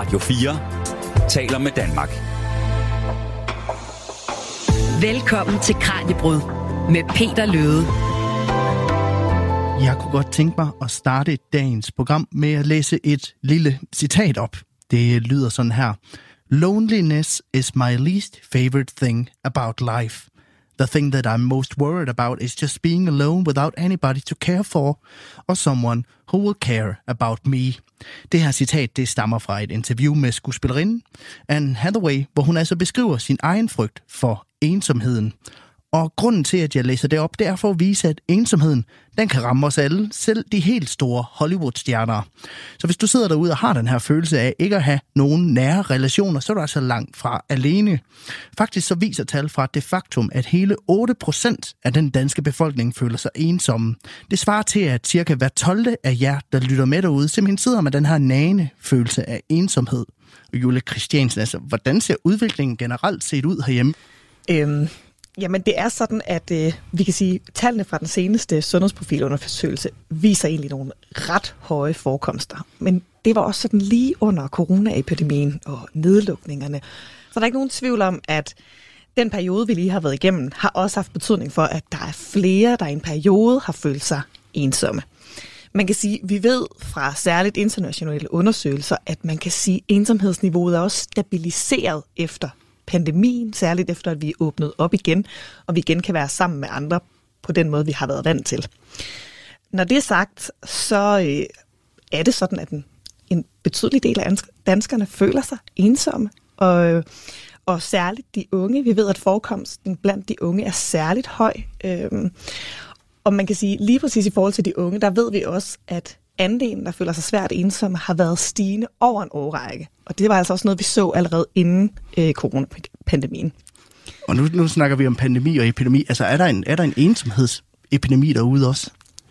Radio 4 taler med Danmark. Velkommen til Kraniebrud med Peter Løde. Jeg kunne godt tænke mig at starte dagens program med at læse et lille citat op. Det lyder sådan her. Loneliness is my least favorite thing about life. The thing that I'm most worried about is just being alone without anybody to care for, or someone who will care about me. Det her citat, det stammer fra et interview med skuespillerinden Anne Hathaway, hvor hun altså beskriver sin egen frygt for ensomheden. Og grunden til, at jeg læser det op, det er for at vise, at ensomheden, den kan ramme os alle, selv de helt store Hollywood-stjerner. Så hvis du sidder derude og har den her følelse af ikke at have nogen nære relationer, så er du altså langt fra alene. Faktisk så viser tal fra det faktum, at hele 8% af den danske befolkning føler sig ensomme. Det svarer til, at cirka hver 12. af jer, der lytter med derude, simpelthen sidder med den her nagende følelse af ensomhed. Og Julie Christiansen, altså, hvordan ser udviklingen generelt set ud herhjemme? Jamen det er sådan, at vi kan sige, at tallene fra den seneste sundhedsprofilundersøgelse viser egentlig nogle ret høje forekomster. Men det var også sådan lige under coronaepidemien og nedlukningerne. Så der er ikke nogen tvivl om, at den periode, vi lige har været igennem, har også haft betydning for, at der er flere, der i en periode har følt sig ensomme. Man kan sige, vi ved fra særligt internationale undersøgelser, at man kan sige, at ensomhedsniveauet er også stabiliseret efter pandemien, særligt efter, at vi er åbnet op igen, og vi igen kan være sammen med andre på den måde, vi har været vant til. Når det er sagt, så er det sådan, at en betydelig del af danskerne føler sig ensomme, og særligt de unge. Vi ved, at forekomsten blandt de unge er særligt høj. Og man kan sige, lige præcis i forhold til de unge, der ved vi også, at andelen, der føler sig svært ensomme, har været stigende over en årrække. Og det var altså også noget, vi så allerede inden coronapandemien. Og nu snakker vi om pandemi og epidemi. Altså er der en ensomhedsepidemi derude også?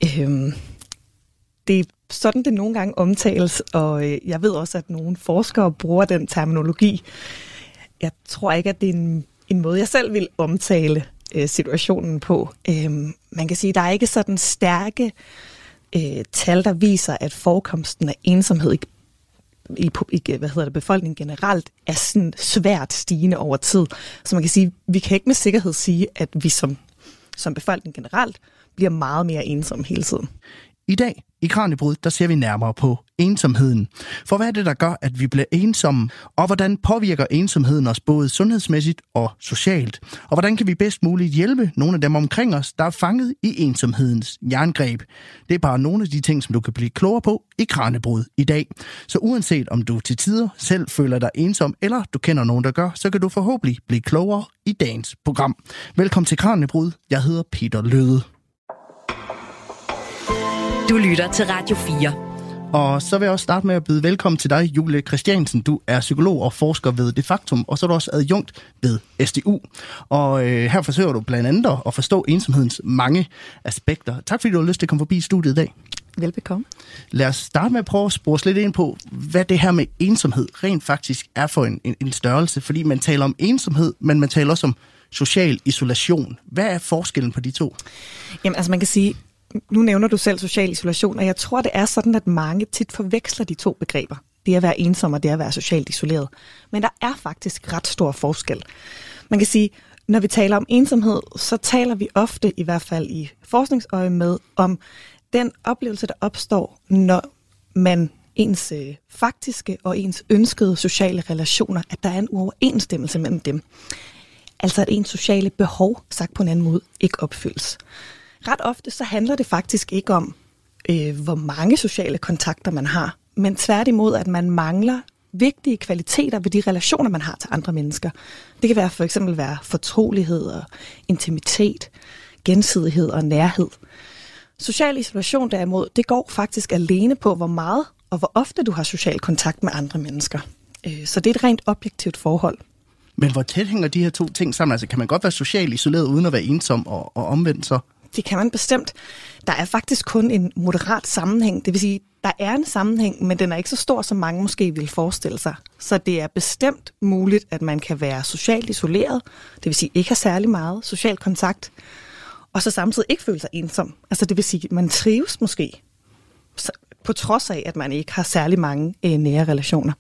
Det er sådan, det nogle gange omtales, og jeg ved også, at nogle forskere bruger den terminologi. Jeg tror ikke, at det er en måde, jeg selv vil omtale situationen på. Man kan sige, at der er ikke sådan stærke tal, der viser, at forekomsten af ensomhed i befolkningen generelt er sådan svært stigende over tid. Så man kan sige, vi kan ikke med sikkerhed sige, at vi som befolkning generelt bliver meget mere ensomme hele tiden. I dag i Kraniebrud, der ser vi nærmere på ensomheden. For hvad er det, der gør, at vi bliver ensomme? Og hvordan påvirker ensomheden os både sundhedsmæssigt og socialt? Og hvordan kan vi bedst muligt hjælpe nogle af dem omkring os, der er fanget i ensomhedens jerngreb? Det er bare nogle af de ting, som du kan blive klogere på i Kraniebrud i dag. Så uanset om du til tider selv føler dig ensom, eller du kender nogen, der gør, så kan du forhåbentlig blive klogere i dagens program. Velkommen til Kraniebrud. Jeg hedder Peter Løde. Du lytter til Radio 4. Og så vil jeg også starte med at byde velkommen til dig, Julie Christiansen. Du er psykolog og forsker ved Det Faktum, og så er du også adjunkt ved SDU. Og her forsøger du blandt andet at forstå ensomhedens mange aspekter. Tak fordi du har lyst til at komme forbi studiet i dag. Velbekomme. Lad os starte med at prøve at spore lidt ind på, hvad det her med ensomhed rent faktisk er for en størrelse. Fordi man taler om ensomhed, men man taler også om social isolation. Hvad er forskellen på de to? Jamen altså man kan sige, nu nævner du selv social isolation, og jeg tror, det er sådan, at mange tit forveksler de to begreber. Det at være ensom og det at være socialt isoleret. Men der er faktisk ret stor forskel. Man kan sige, når vi taler om ensomhed, så taler vi ofte, i hvert fald i forskningsøje med, om den oplevelse, der opstår, når man ens faktiske og ens ønskede sociale relationer, at der er en uoverensstemmelse mellem dem. Altså at ens sociale behov, sagt på en anden måde, ikke opfyldes. Ret ofte så handler det faktisk ikke om, hvor mange sociale kontakter man har, men tværtimod, at man mangler vigtige kvaliteter ved de relationer, man har til andre mennesker. Det kan være for eksempel være fortrolighed og intimitet, gensidighed og nærhed. Social isolation derimod, det går faktisk alene på, hvor meget og hvor ofte du har social kontakt med andre mennesker. Så det er et rent objektivt forhold. Men hvor tæt hænger de her to ting sammen? Altså kan man godt være socialt isoleret uden at være ensom og omvendt så? Det kan man bestemt. Der er faktisk kun en moderat sammenhæng. Det vil sige, der er en sammenhæng, men den er ikke så stor, som mange måske vil forestille sig. Så det er bestemt muligt, at man kan være socialt isoleret, det vil sige ikke have særlig meget social kontakt, og så samtidig ikke føle sig ensom. Altså det vil sige, at man trives måske, på trods af, at man ikke har særlig mange nære relationer.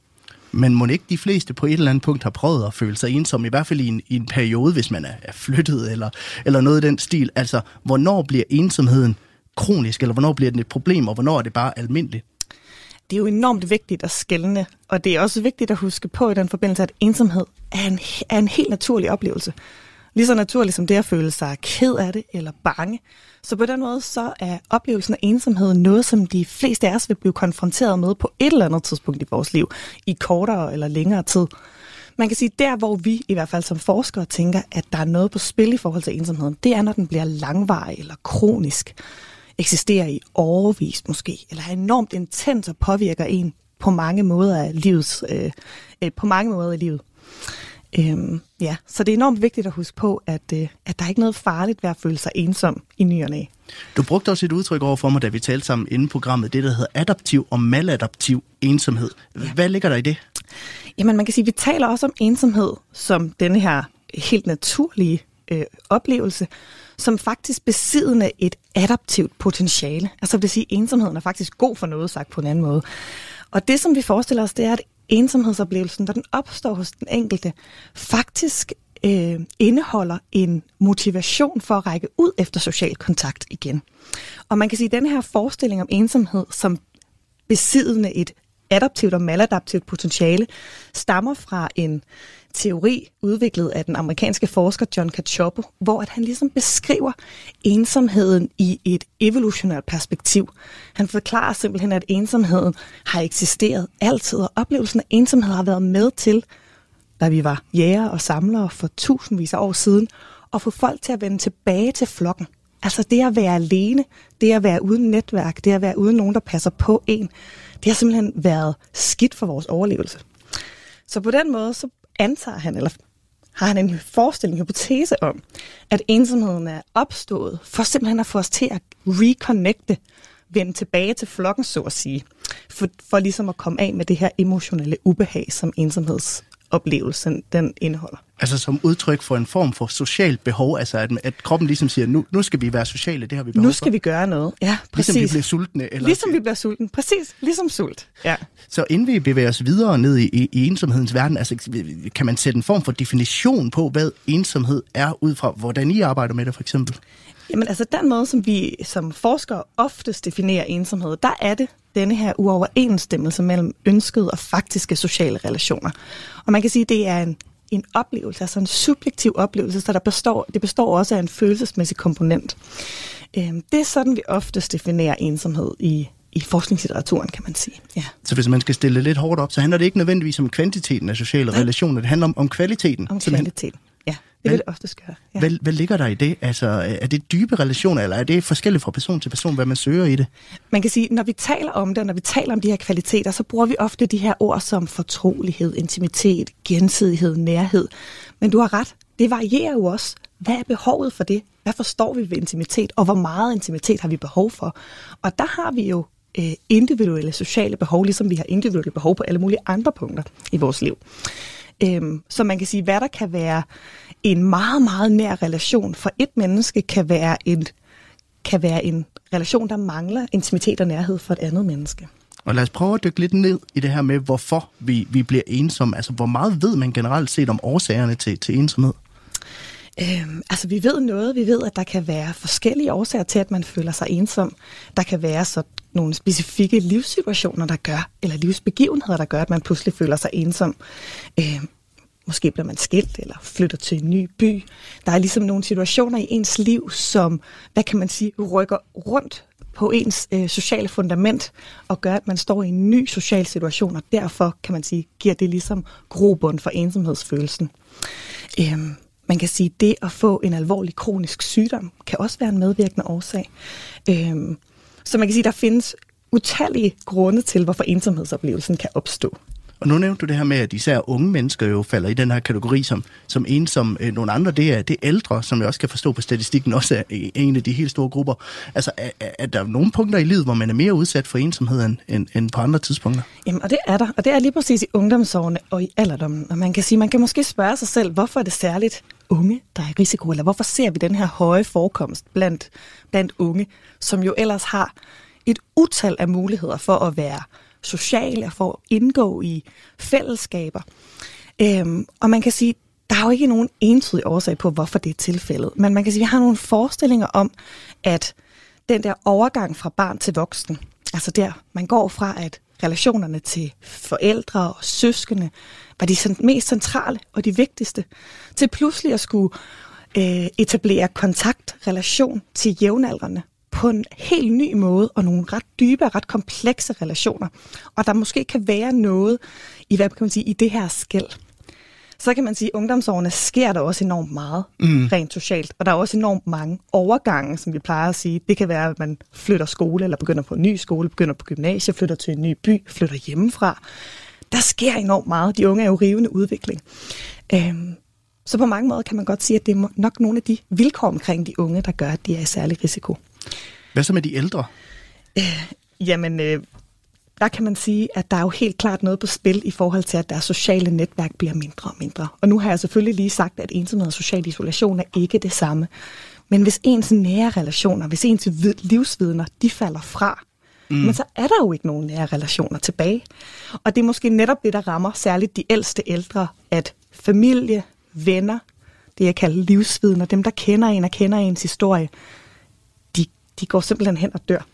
Men må ikke de fleste på et eller andet punkt har prøvet at føle sig ensom, i hvert fald i en periode, hvis man er flyttet eller noget i den stil. Altså, hvornår bliver ensomheden kronisk, eller hvornår bliver den et problem, og hvornår er det bare almindeligt? Det er jo enormt vigtigt at skelne, og det er også vigtigt at huske på i den forbindelse, at ensomhed er en helt naturlig oplevelse. Lige så naturligt som det at føle sig ked af det eller bange. Så på den måde så er oplevelsen af ensomhed noget, som de fleste af os vil blive konfronteret med på et eller andet tidspunkt i vores liv, i kortere eller længere tid. Man kan sige, der hvor vi i hvert fald som forskere tænker, at der er noget på spil i forhold til ensomheden, det er, når den bliver langvarig eller kronisk, eksisterer i årevis måske, eller er enormt intens og påvirker en på mange måder af livet. Så det er enormt vigtigt at huske på, at der er ikke noget farligt ved at føle sig ensom i ny og næ. Du brugte også et udtryk over for mig, da vi talte sammen inden programmet, det der hedder adaptiv og maladaptiv ensomhed. Hvad ligger der i det? Jamen man kan sige, at vi taler også om ensomhed som denne her helt naturlige oplevelse, som faktisk besiddende et adaptivt potentiale. Altså det vil sige, at ensomheden er faktisk god for noget, sagt på en anden måde. Og det, som vi forestiller os, det er, at ensomhedsoplevelsen, når den opstår hos den enkelte, faktisk indeholder en motivation for at række ud efter social kontakt igen. Og man kan sige, at denne her forestilling om ensomhed som besiddende et adaptivt og maladaptivt potentiale stammer fra en teori udviklet af den amerikanske forsker John Cacioppo, hvor at han ligesom beskriver ensomheden i et evolutionært perspektiv. Han forklarer simpelthen, at ensomheden har eksisteret altid, og oplevelsen af ensomhed har været med til, da vi var jæger og samlere for tusindvis af år siden, at få folk til at vende tilbage til flokken. Altså det at være alene, det at være uden netværk, det at være uden nogen, der passer på en, det har simpelthen været skidt for vores overlevelse. Så på den måde, så antager han, eller har han en forestilling, en hypotese om, at ensomheden er opstået for simpelthen at få os til at reconnecte, vende tilbage til flokken, så at sige, for ligesom at komme af med det her emotionelle ubehag, som ensomhedsoplevelsen den indeholder. Altså som udtryk for en form for socialt behov, altså at kroppen ligesom siger, nu skal vi være sociale, det har vi behov for. Nu skal vi gøre noget, ja, præcis. Ligesom vi bliver sultne. Eller ligesom vi bliver sultne, præcis, ligesom sult. Ja. Så inden vi bevæger os videre ned i ensomhedens verden, altså kan man sætte en form for definition på, hvad ensomhed er, ud fra hvordan I arbejder med det for eksempel? Jamen altså den måde, som vi som forskere oftest definerer ensomhed, der er det denne her uoverensstemmelse mellem ønskede og faktiske sociale relationer. Og man kan sige, at det er en oplevelse, altså en subjektiv oplevelse, så det består også af en følelsesmæssig komponent. Det er sådan, vi oftest definerer ensomhed i forskningslitteraturen, kan man sige. Ja. Så hvis man skal stille det lidt hårdt op, så handler det ikke nødvendigvis om kvantiteten af sociale relationer, det handler om kvaliteten. Om kvaliteten, ja. Det vil det oftest gøre. Ja. Hvad ligger der i det? Altså, er det dybe relationer, eller er det forskelligt fra person til person, hvad man søger i det? Man kan sige, når vi taler om det, når vi taler om de her kvaliteter, så bruger vi ofte de her ord som fortrolighed, intimitet, gensidighed, nærhed. Men du har ret, det varierer jo også. Hvad er behovet for det? Hvad forstår vi ved intimitet, og hvor meget intimitet har vi behov for? Og der har vi jo individuelle sociale behov, ligesom vi har individuelle behov på alle mulige andre punkter i vores liv. Så man kan sige, hvad der kan være en meget, meget nær relation for et menneske, kan være en relation, der mangler intimitet og nærhed for et andet menneske. Og lad os prøve at dykke lidt ned i det her med, hvorfor vi bliver ensomme. Altså, hvor meget ved man generelt set om årsagerne til ensomhed? Altså, vi ved noget. Vi ved, at der kan være forskellige årsager til, at man føler sig ensom. Der kan være så nogle specifikke livssituationer, der gør, eller livsbegivenheder, der gør, at man pludselig føler sig ensom. Måske bliver man skilt eller flytter til en ny by. Der er ligesom nogle situationer i ens liv, som, hvad kan man sige, rykker rundt på ens sociale fundament og gør, at man står i en ny social situation, og derfor, kan man sige, giver det ligesom grobund for ensomhedsfølelsen. Man kan sige, at det at få en alvorlig kronisk sygdom kan også være en medvirkende årsag. Så man kan sige, at der findes utallige grunde til, hvorfor ensomhedsoplevelsen kan opstå. Og nu nævnte du det her med, at især unge mennesker jo falder i den her kategori som ensom. Nogle andre, det er ældre, som jeg også kan forstå på statistikken, også er en af de helt store grupper. Altså, er der nogle punkter i livet, hvor man er mere udsat for ensomhed end på andre tidspunkter? Jamen, og det er der. Og det er lige præcis i ungdomsårene og i alderdommen. Og man kan sige, man kan måske spørge sig selv, hvorfor er det særligt unge, der er i risiko? Eller hvorfor ser vi den her høje forekomst blandt unge, som jo ellers har et utal af muligheder for at være sociale og for at indgå i fællesskaber. Og man kan sige, der er jo ikke nogen entydig årsag på, hvorfor det er tilfældet. Men man kan sige, at vi har nogle forestillinger om, at den der overgang fra barn til voksen, altså der man går fra, at relationerne til forældre og søskende var de mest centrale og de vigtigste, til pludselig at skulle etablere kontakt, relation til jævnaldrende på en helt ny måde, og nogle ret dybe og ret komplekse relationer. Og der måske kan være noget i, hvad kan man sige, i det her skel. Så kan man sige, at ungdomsårene sker der også enormt meget rent socialt, og der er også enormt mange overgange, som vi plejer at sige. Det kan være, at man flytter skole, eller begynder på en ny skole, begynder på gymnasiet, flytter til en ny by, flytter hjemmefra. Der sker enormt meget. De unge er jo rivende udvikling. Så på mange måder kan man godt sige, at det er nok nogle af de vilkår omkring de unge, der gør, at de er i særlig risiko. Hvad så med de ældre? Der kan man sige, at der er jo helt klart noget på spil i forhold til, at deres sociale netværk bliver mindre og mindre. Og nu har jeg selvfølgelig lige sagt, at ensomhed og social isolation er ikke det samme. Men hvis ens nære relationer, hvis ens livsvidner, de falder fra, men så er der jo ikke nogen nære relationer tilbage. Og det er måske netop det, der rammer særligt de ældste ældre, at familie, venner, det jeg kalder livsvidner, dem der kender en og kender ens historie, de går simpelthen hen og dør.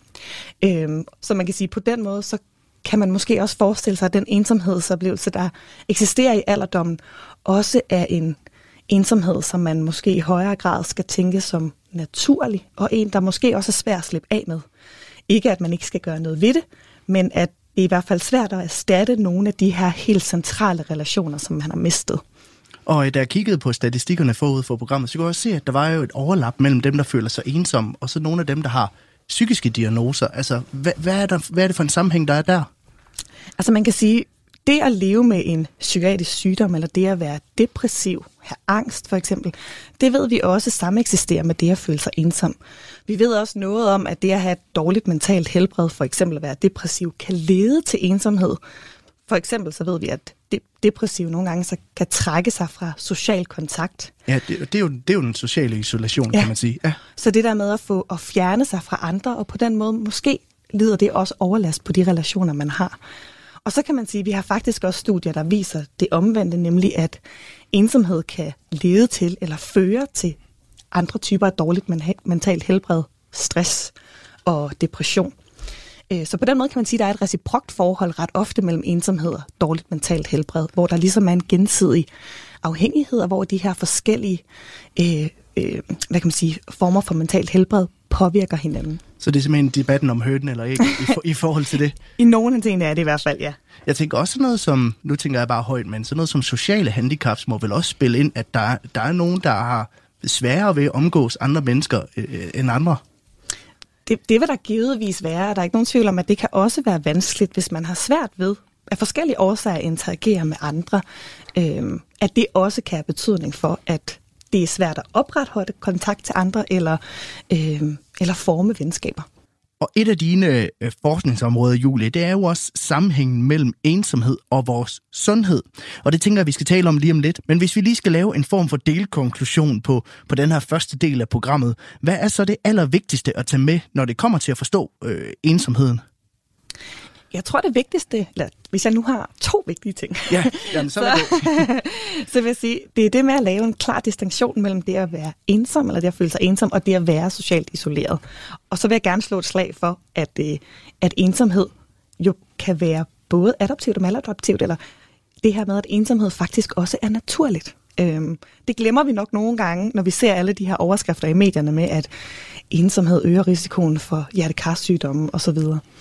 Så man kan sige, på den måde, så kan man måske også forestille sig, at den ensomhedsoplevelse, der eksisterer i alderdommen, også er en ensomhed, som man måske i højere grad skal tænke som naturlig, og en, der måske også er svær at slippe af med. Ikke at man ikke skal gøre noget ved det, men at det er i hvert fald svært at erstatte nogle af de her helt centrale relationer, som man har mistet. Og da jeg kiggede på statistikkerne forud for programmet, så kunne jeg også se, at der var jo et overlap mellem dem, der føler sig ensomme, og så nogle af dem, der har psykiske diagnoser. Altså, hvad er det for en sammenhæng, der er der? Altså man kan sige, det at leve med en psykiatrisk sygdom, eller det at være depressiv, have angst for eksempel, det ved vi også samme eksisterer med det at føle sig ensom. Vi ved også noget om, at det at have et dårligt mentalt helbred, for eksempel at være depressiv, kan lede til ensomhed. For eksempel så ved vi, at depressiv nogle gange så kan trække sig fra social kontakt. Ja, det er jo den sociale isolation, kan man sige. Ja. Så det der med at fjerne sig fra andre, og på den måde måske lider det også overlast på de relationer, man har. Og så kan man sige, at vi har faktisk også studier, der viser det omvendte, nemlig at ensomhed kan lede til eller føre til andre typer af dårligt mentalt helbred, stress og depression. Så på den måde kan man sige, at der er et reciprokt forhold ret ofte mellem ensomhed og dårligt mentalt helbred, hvor der ligesom er en gensidig afhængighed, og hvor de her forskellige hvad kan man sige, former for mentalt helbred påvirker hinanden. Så det er simpelthen debatten om hønen eller ikke i forhold til det? I nogle af tingene er det i hvert fald, ja. Jeg tænker også noget som, nu tænker jeg bare højt, men sådan noget som sociale handicaps må vel også spille ind, at der er nogen, der har sværere ved at omgås andre mennesker end andre. Det vil der givetvis være, og der er ikke nogen tvivl om, at det kan også være vanskeligt, hvis man har svært ved af forskellige årsager at interagere med andre, at det også kan have betydning for, at det er svært at opretholde kontakt til andre eller forme venskaber. Og et af dine forskningsområder, Julie, det er jo også sammenhængen mellem ensomhed og vores sundhed. Og det tænker jeg, vi skal tale om lige om lidt. Men hvis vi lige skal lave en form for delkonklusion på den her første del af programmet, hvad er så det allervigtigste at tage med, når det kommer til at forstå ensomheden? Jeg tror det vigtigste, eller hvis jeg nu har 2 vigtige ting, ja, jamen, så vil jeg sige, det er det med at lave en klar distinktion mellem det at være ensom, eller det at føle sig ensom, og det at være socialt isoleret. Og så vil jeg gerne slå et slag for, at ensomhed jo kan være både adaptivt og maladaptivt, eller det her med, at ensomhed faktisk også er naturligt. Det glemmer vi nok nogle gange, når vi ser alle de her overskrifter i medierne med, at ensomhed øger risikoen for hjertekarsygdomme osv.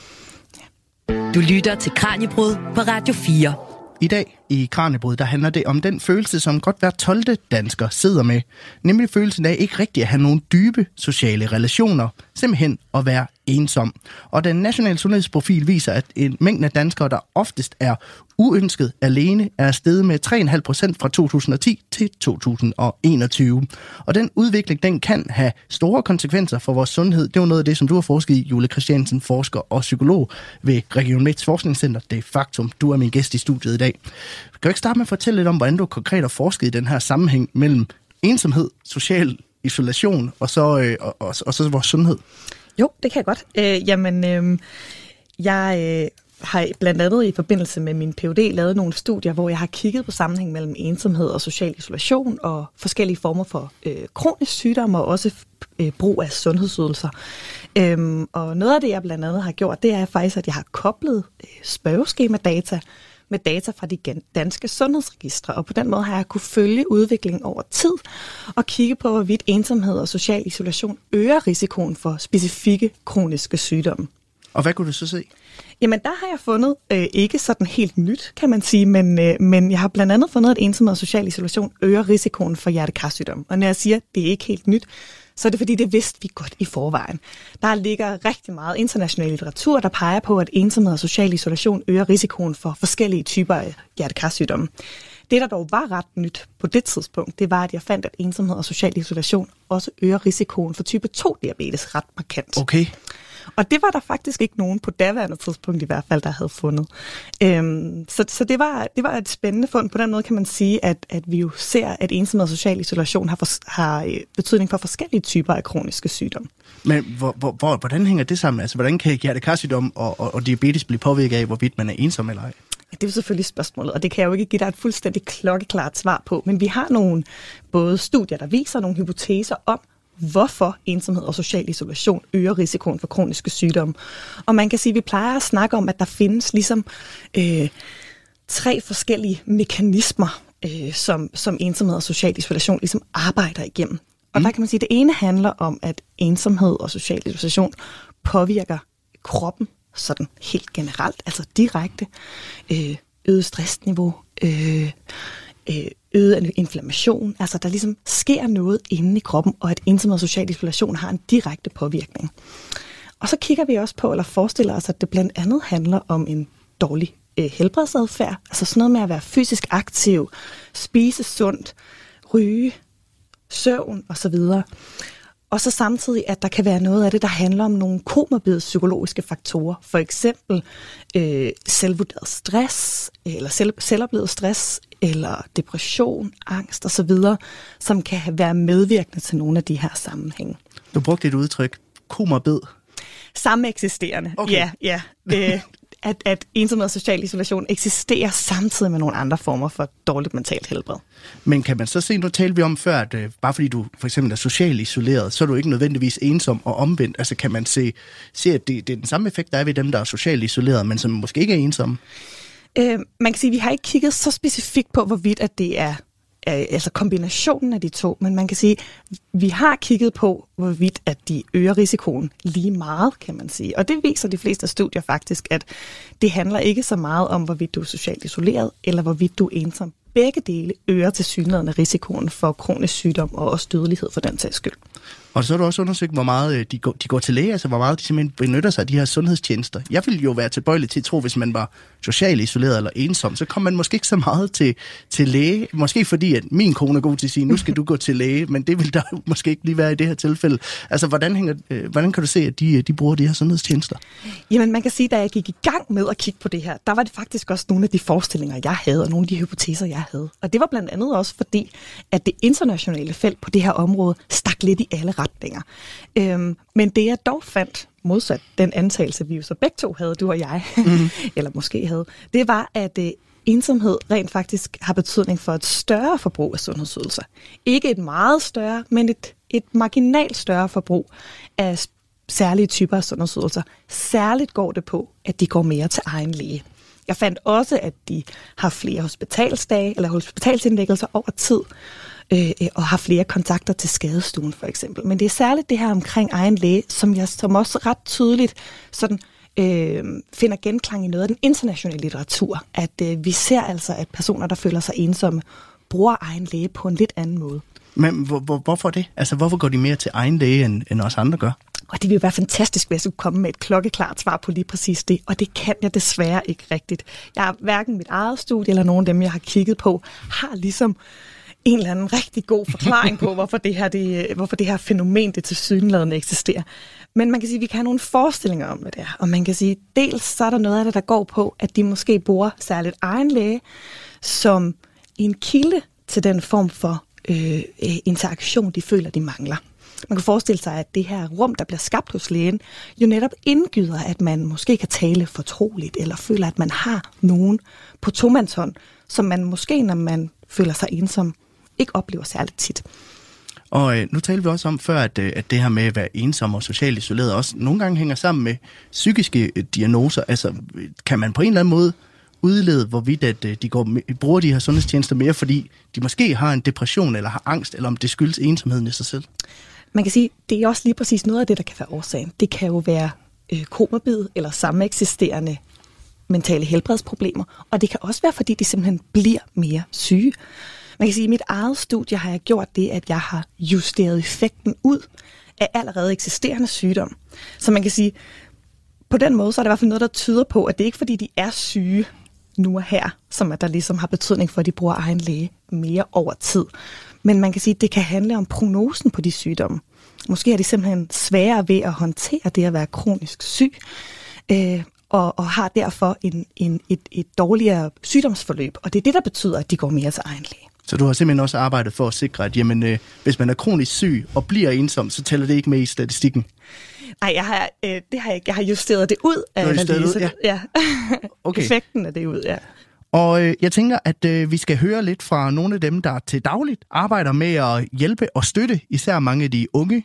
Du lytter til Kraniebrud på Radio 4. I dag i Kraniebrud, der handler det om den følelse, som godt hver 12. dansker sidder med. Nemlig følelsen af ikke rigtig at have nogle dybe sociale relationer. Simpelthen at være ensom. Og den nationale sundhedsprofil viser, at en mængde af danskere, der oftest er uønsket alene, er steget med 3,5% fra 2010 til 2021. Og den udvikling, den kan have store konsekvenser for vores sundhed. Det er jo noget af det, som du har forsket i, Julie Christiansen, forsker og psykolog ved Region Midts Forskningscenter. Det er faktum. Du er min gæst i studiet i dag. Kan du ikke starte med at fortælle lidt om, hvordan du konkret har forsket i den her sammenhæng mellem ensomhed, social isolation og så vores sundhed? Jo, det kan jeg godt. Jeg har blandt andet i forbindelse med min Ph.D. lavet nogle studier, hvor jeg har kigget på sammenhæng mellem ensomhed og social isolation og forskellige former for kronisk sygdom og også brug af sundhedsydelser. Og noget af det, jeg blandt andet har gjort, det er faktisk, at jeg har koblet spørgeskema-data med data fra de danske sundhedsregistre, og på den måde har jeg kunne følge udviklingen over tid og kigge på, hvorvidt ensomhed og social isolation øger risikoen for specifikke kroniske sygdomme. Og hvad kunne du så se? Jamen, der har jeg fundet ikke sådan helt nyt, kan man sige, men jeg har blandt andet fundet, at ensomhed og social isolation øger risikoen for hjerte-kar-sygdom. Og når jeg siger, at det er ikke helt nyt, så er det fordi, det vidste vi godt i forvejen. Der ligger rigtig meget international litteratur, der peger på, at ensomhed og social isolation øger risikoen for forskellige typer af hjerte-kar-sygdomme. Det, der dog var ret nyt på det tidspunkt, det var, at jeg fandt, at ensomhed og social isolation også øger risikoen for type 2-diabetes ret markant. Okay. Og det var der faktisk ikke nogen på daværende tidspunkt i hvert fald, der havde fundet. Så det var et spændende fund. På den måde kan man sige, at vi jo ser, at ensomhed og social isolation har betydning for forskellige typer af kroniske sygdomme. Men hvordan hænger det sammen? Altså, hvordan kan hjerte-kar-sygdom og diabetes blive påvirket af, hvorvidt man er ensom eller ej? Det er jo selvfølgelig spørgsmålet, og det kan jeg jo ikke give dig et fuldstændig klokkeklart svar på. Men vi har nogle både studier, der viser nogle hypoteser om, hvorfor ensomhed og social isolation øger risikoen for kroniske sygdomme. Og man kan sige, at vi plejer at snakke om, at der findes ligesom 3 forskellige mekanismer, som ensomhed og social isolation ligesom arbejder igennem. Og der kan man sige, at det ene handler om, at ensomhed og social isolation påvirker kroppen sådan helt generelt, altså direkte øget stressniveau, øget inflammation, altså der ligesom sker noget inde i kroppen, og at ensomhed og social isolation har en direkte påvirkning. Og så kigger vi også på, eller forestiller os, at det blandt andet handler om en dårlig helbredsadfærd, altså sådan noget med at være fysisk aktiv, spise sundt, ryge, søvn osv. Og så samtidig, at der kan være noget af det, der handler om nogle komorbide psykologiske faktorer. For eksempel selvvurderet stress, eller selvoplevet stress, eller depression, angst osv., som kan være medvirkende til nogle af de her sammenhænge. Du brugte et udtryk, komorbid. Samme eksisterende, okay. Ja. At ensomhed og social isolation eksisterer samtidig med nogle andre former for dårligt mentalt helbred. Men kan man så se, nu talte vi om før, at bare fordi du for eksempel er socialt isoleret, så er du ikke nødvendigvis ensom og omvendt. Altså kan man se at det er den samme effekt, der er ved dem, der er socialt isoleret, men som måske ikke er ensomme? Man kan sige, at vi har ikke kigget så specifikt på, hvorvidt at det er altså kombinationen af de to, men man kan sige, at vi har kigget på, hvorvidt at de øger risikoen lige meget, kan man sige. Og det viser de fleste studier faktisk, at det handler ikke så meget om, hvorvidt du er socialt isoleret, eller hvorvidt du er ensom. Begge dele øger tilsyneladende risikoen for kronisk sygdom og også dødelighed for den sags skyld. Og så har du også undersøgt, hvor meget de går til læge, altså hvor meget de simpelthen benytter sig af de her sundhedstjenester. Jeg ville jo være tilbøjelig til at tro, hvis man var socialt isoleret eller ensom, så kom man måske ikke så meget til læge. Måske fordi, at min kone er god til at sige, nu skal du gå til læge, men det vil der måske ikke lige være i det her tilfælde. Altså, hvordan kan du se, at de bruger de her sundhedstjenester? Jamen, man kan sige, da jeg gik i gang med at kigge på det her, der var det faktisk også nogle af de forestillinger, jeg havde, og nogle af de hypoteser, jeg havde. Og det var blandt andet også fordi, at det internationale felt på det her område stak lidt i alle retninger. Men det jeg dog fandt, modsat den antagelse, vi jo så begge to havde, du og jeg, eller måske havde, det var, at ensomhed rent faktisk har betydning for et større forbrug af sundhedsydelser. Ikke et meget større, men et marginalt større forbrug af særlige typer af sundhedsydelser. Særligt går det på, at de går mere til egen læge. Jeg fandt også, at de har flere hospitalsdage eller hospitalsindlæggelser over tid, og har flere kontakter til skadestuen for eksempel. Men det er særligt det her omkring egen læge, som også ret tydeligt sådan, finder genklang i noget af den internationale litteratur. At vi ser altså, at personer, der føler sig ensomme, bruger egen læge på en lidt anden måde. Men hvorfor det? Altså, hvorfor går de mere til egen læge, end os andre gør? Og det vil jo være fantastisk, hvis jeg skulle komme med et klokkeklart svar på lige præcis det. Og det kan jeg desværre ikke rigtigt. Jeg har hverken mit eget studie eller nogen af dem, jeg har kigget på, har ligesom en eller anden rigtig god forklaring på, hvorfor det her fænomen, det tilsyneladende eksisterer. Men man kan sige, at vi kan have nogle forestillinger om, hvad det er. Og man kan sige, dels så er der noget af det, der går på, at de måske bruger særligt egen læge som en kilde til den form for interaktion, de føler, de mangler. Man kan forestille sig, at det her rum, der bliver skabt hos lægen, jo netop indgyder, at man måske kan tale fortroligt, eller føler, at man har nogen på tomandshånd, som man måske, når man føler sig ensom, ikke oplever særligt tit. Og nu talte vi også om før, at det her med at være ensom og socialt isoleret også nogle gange hænger sammen med psykiske diagnoser. Altså, kan man på en eller anden måde udlede, hvorvidt at de bruger de her sundhedstjenester mere, fordi de måske har en depression eller har angst, eller om det skyldes ensomheden i sig selv? Man kan sige, det er også lige præcis noget af det, der kan være årsagen. Det kan jo være komorbid eller sameksisterende mentale helbredsproblemer, og det kan også være, fordi de simpelthen bliver mere syge. Man kan sige, at i mit eget studie har jeg gjort det, at jeg har justeret effekten ud af allerede eksisterende sygdom. Så man kan sige, på den måde, så er det i hvert fald noget, der tyder på, at det ikke er, fordi de er syge nu og her, som at der ligesom har betydning for, at de bruger egen læge mere over tid. Men man kan sige, at det kan handle om prognosen på de sygdomme. Måske er de simpelthen sværere ved at håndtere det at være kronisk syg, og har derfor et dårligere sygdomsforløb. Og det er det, der betyder, at de går mere til egen læge. Så du har simpelthen også arbejdet for at sikre, at jamen, hvis man er kronisk syg og bliver ensom, så tæller det ikke med i statistikken? Nej, det har jeg ikke. Jeg har justeret det ud af analysen. Ja. Okay. Effekten af det ud, ja. Og jeg tænker, at vi skal høre lidt fra nogle af dem, der til dagligt arbejder med at hjælpe og støtte især mange af de unge.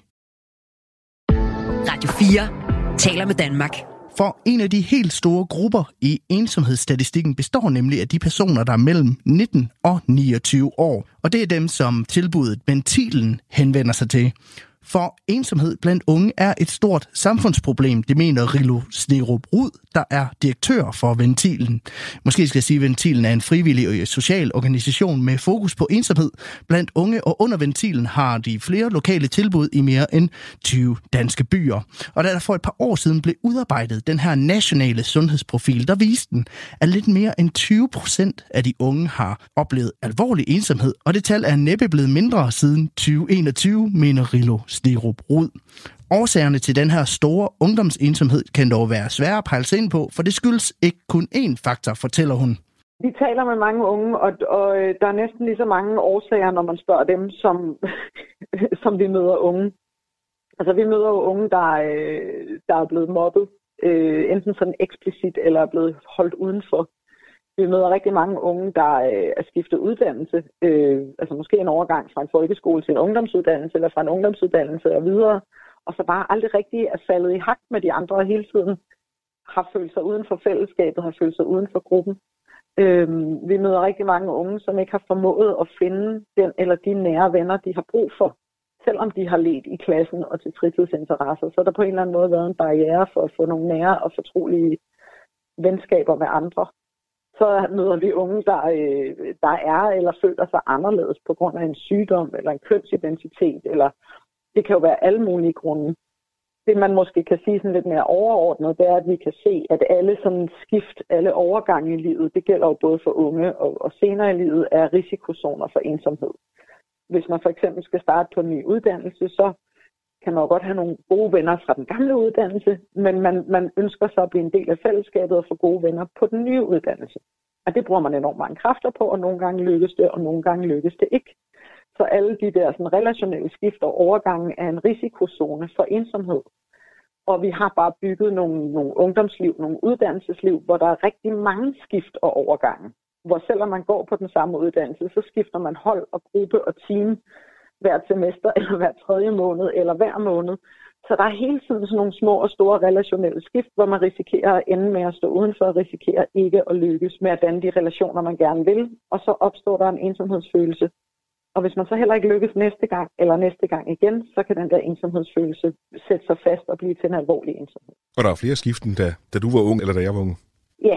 Radio 4 taler med Danmark. For en af de helt store grupper i ensomhedsstatistikken består nemlig af de personer, der er mellem 19 og 29 år. Og det er dem, som tilbuddet Ventilen henvender sig til. For ensomhed blandt unge er et stort samfundsproblem, det mener Rilo Snerup Rud, der er direktør for Ventilen. Måske skal jeg sige, at Ventilen er en frivillig social organisation med fokus på ensomhed blandt unge, og under Ventilen har de flere lokale tilbud i mere end 20 danske byer. Og da der for et par år siden blev udarbejdet den her nationale sundhedsprofil, der viste den, at lidt mere end 20% af de unge har oplevet alvorlig ensomhed, og det tal er næppe blevet mindre siden 2021, mener Rilo Snerup Rud. Årsagerne til den her store ungdomsensomhed kan dog være svære at pejle sig ind på, for det skyldes ikke kun én faktor, fortæller hun. Vi taler med mange unge, og der er næsten lige så mange årsager, når man spørger dem, som vi møder unge. Altså vi møder jo unge, der er blevet mobbet, enten sådan eksplicit eller er blevet holdt udenfor. Vi møder rigtig mange unge, der er skiftet uddannelse, altså måske en overgang fra en folkeskole til en ungdomsuddannelse, eller fra en ungdomsuddannelse og videre, og så bare aldrig rigtig er faldet i hak med de andre, og hele tiden har følt sig uden for fællesskabet, har følt sig uden for gruppen. Vi møder rigtig mange unge, som ikke har formået at finde den eller de nære venner, de har brug for, selvom de har ledt i klassen og til fritidsinteresser. Så der på en eller anden måde været en barriere for at få nogle nære og fortrolige venskaber med andre. Så møder vi unge, der er eller føler sig anderledes på grund af en sygdom eller en kønsidentitet, eller det kan jo være alle mulige grunde. Det man måske kan sige sådan lidt mere overordnet, det er, at vi kan se, at alle sådan skift, alle overgange i livet, det gælder jo både for unge og senere i livet, er risikozoner for ensomhed. Hvis man for eksempel skal starte på en ny uddannelse, så kan man jo godt have nogle gode venner fra den gamle uddannelse, men man ønsker så at blive en del af fællesskabet og få gode venner på den nye uddannelse. Og det bruger man enormt mange kræfter på, og nogle gange lykkes det, og nogle gange lykkes det ikke. Så alle de der sådan, relationelle skift og overgange er en risikozone for ensomhed. Og vi har bare bygget nogle ungdomsliv, nogle uddannelsesliv, hvor der er rigtig mange skift og overgange. Hvor selvom man går på den samme uddannelse, så skifter man hold og gruppe og team hvert semester, eller hver tredje måned, eller hver måned. Så der er hele tiden sådan nogle små og store relationelle skift, hvor man risikerer at ende med at stå udenfor og risikerer ikke at lykkes med at danne de relationer, man gerne vil. Og så opstår der en ensomhedsfølelse. Og hvis man så heller ikke lykkes næste gang, eller næste gang igen, så kan den der ensomhedsfølelse sætte sig fast og blive til en alvorlig ensomhed. Og der er flere skiften, da du var ung, eller da jeg var ung? Ja,